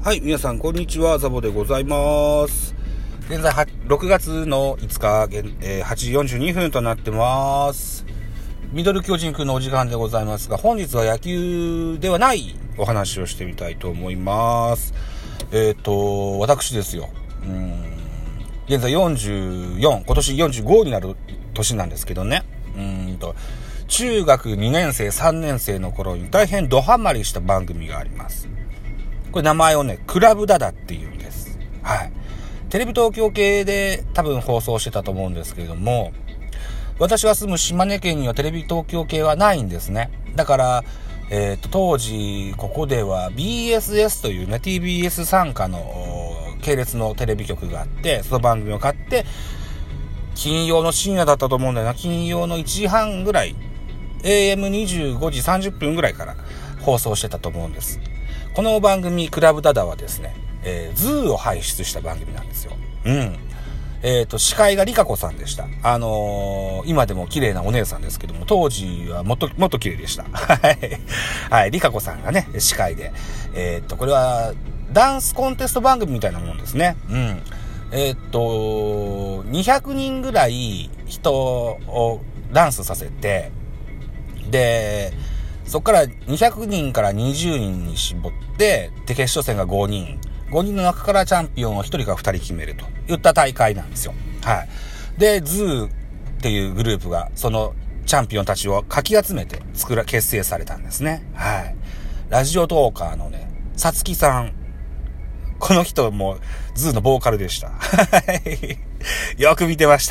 はい、皆さんこんにちは、ザボでございます。現在6月の5日、8時42分となってます。ミドル巨人くんのお時間でございますが、本日は野球ではないお話をしてみたいと思います。私ですよ。現在44、今年45になる年なんですけどね。中学2年生、3年生の頃に大変ドハマりした番組があります。これ名前をね、クラブダダっていうんです。はい。テレビ東京系で多分放送してたと思うんですけれども、私が住む島根県にはテレビ東京系はないんですね。だから、当時、ここでは BSS というね、TBS 傘下の系列のテレビ局があって、その番組を買って、金曜の深夜だったと思うんだよな。金曜の1時半ぐらい、AM25 時30分ぐらいから放送してたと思うんです。この番組、クラブダダはですね、ズーを輩出した番組なんですよ。司会がリカコさんでした。今でも綺麗なお姉さんですけども、当時はもっと綺麗でした。はい、リカコさんがね、司会で。これは、ダンスコンテスト番組みたいなもんですね。200人ぐらい人をダンスさせて、で、そこから200人から20人に絞って、で、決勝戦が5人の中からチャンピオンを1人か2人決めるといった大会なんですよ。はい。で、ズーっていうグループが、そのチャンピオンたちをかき集めて結成されたんですね。はい。ラジオトーカーのね、さつきさん。この人もズーのボーカルでした。よく見てました。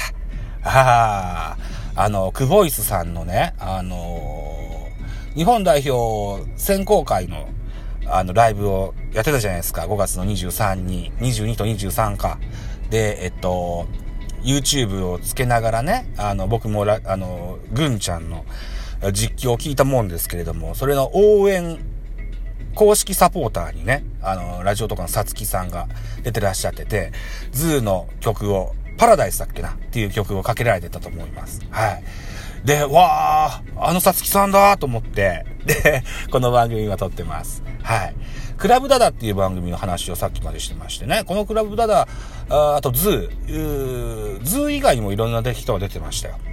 クボイスさんのね、日本代表選考会のライブをやってたじゃないですか。5月の23に、22と23か。で、YouTube をつけながらね、僕もぐんちゃんの実況を聞いたもんですけれども、それの応援、公式サポーターにね、ラジオとかのさつきさんが出てらっしゃってて、ズーの曲を、パラダイスだっけなっていう曲をかけられてたと思います。はい。で、わー、さつきさんだーと思って、で、この番組は撮ってます。はい。クラブダダっていう番組の話をさっきまでしてましてね、このクラブダダ、あとズー以外にもいろんな人が出てましたよ。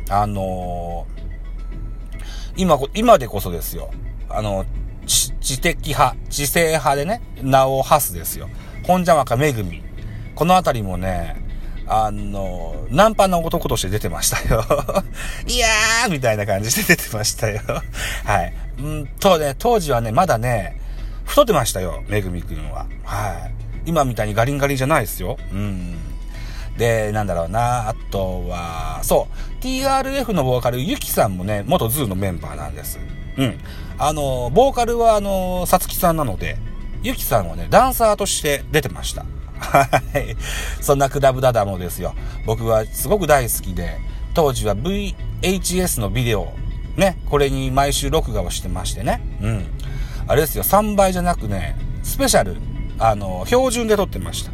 今でこそですよ。知性派でね、名を馳すですよ。本邪魔かめぐみ。このあたりもね、ナンパの男として出てましたよ。いやーみたいな感じで出てましたよ。はい。当時はね、まだね、太ってましたよ、めぐみくんは。はい。今みたいにガリンガリンじゃないですよ。で、なんだろうな、あとは、そう、TRF のボーカル、ゆきさんもね、元ズーのメンバーなんです。ボーカルはさつきさんなので、ゆきさんはね、ダンサーとして出てました。はい。そんなクラブダダもですよ。僕はすごく大好きで、当時は VHS のビデオ、ね、これに毎週録画をしてましてね。あれですよ、3倍じゃなくね、スペシャル、標準で撮ってました。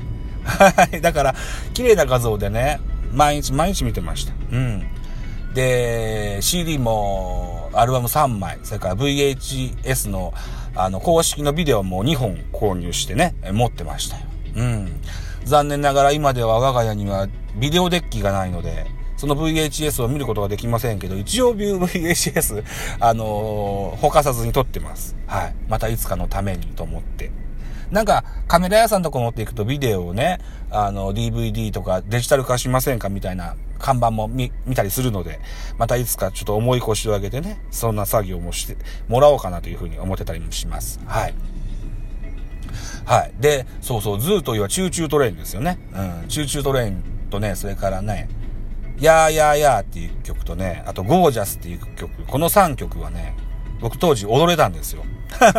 はい。だから、綺麗な画像でね、毎日見てました。で、CD も、アルバム3枚、それから VHS の、公式のビデオも2本購入してね、持ってましたよ。残念ながら今では我が家にはビデオデッキがないので、その VHS を見ることができませんけど、一応VHS、ほかさずに撮ってます。はい。またいつかのためにと思って。なんか、カメラ屋さんとか持っていくとビデオをね、DVD とかデジタル化しませんかみたいな看板も見たりするので、またいつかちょっと重い腰を上げてね、そんな作業もしてもらおうかなというふうに思ってたりもします。はい。はい。で、そうそう、ズーといえばチューチュートレインですよね。チューチュートレインとね、それからね、やーやーやーっていう曲とね、あとゴージャスっていう曲、この3曲はね、僕当時踊れたんですよ。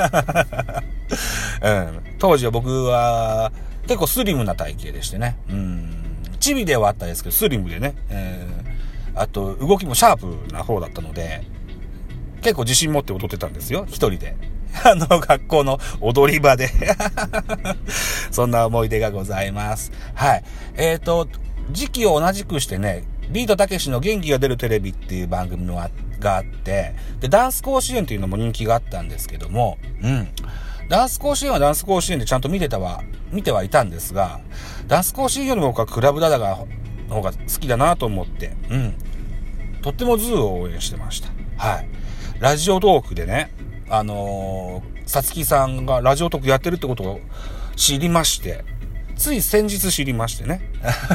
当時は僕は結構スリムな体型でしてね。チビではあったんですけど、スリムでね。あと、動きもシャープな方だったので、結構自信持って踊ってたんですよ。一人で。学校の踊り場で。そんな思い出がございます。はい。時期を同じくしてね、ビートたけしの元気が出るテレビっていう番組があって、で、ダンス甲子園っていうのも人気があったんですけども、 ダンス甲子園はダンス甲子園でちゃんと見てはいたんですが、ダンス甲子園よりも僕はクラブダダの方が好きだなと思って、とってもズーを応援してました。はい。ラジオトークでね、さつきさんがラジオトークやってるってことを知りまして、つい先日知りましてね。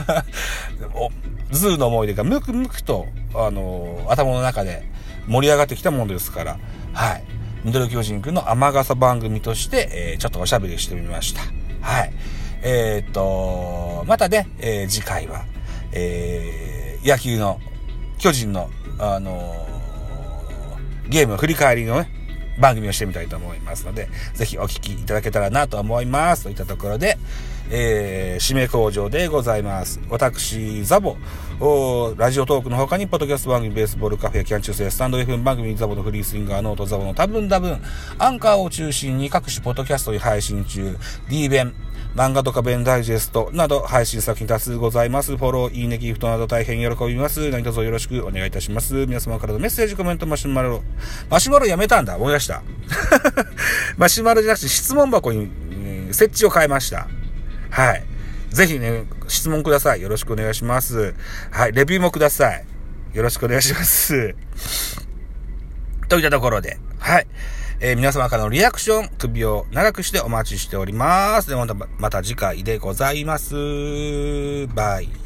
ズーの思い出がムクムクと、頭の中で盛り上がってきたものですから、はい。ミドル巨人くんの雨傘番組として、ちょっとおしゃべりしてみました。はい。またね、次回は、野球の、巨人の、ゲームの振り返りのね、番組をしてみたいと思いますので、ぜひお聞きいただけたらなと思います。といったところで、締め工場でございます。私、ザボ、ラジオトークの他に、ポッドキャスト番組、ベースボールカフェ、キャン中世、スタンド FM 番組、ザボのフリースインガー、ノート、ザボの多分、アンカーを中心に各種ポッドキャストに配信中、D 弁、漫画とか弁ダイジェストなど配信作品多数ございます。フォロー、いいね、ギフトなど大変喜びます。何卒よろしくお願いいたします。皆様からのメッセージ、コメント、マシュマロやめたんだ。思い出した。マシュマロじゃなくて質問箱に、設置を変えました。はい。ぜひね、質問ください。よろしくお願いします。はい。レビューもください。よろしくお願いします。といったところで、はい。皆様からのリアクション、首を長くしてお待ちしております。ではまた次回でございます。バイ。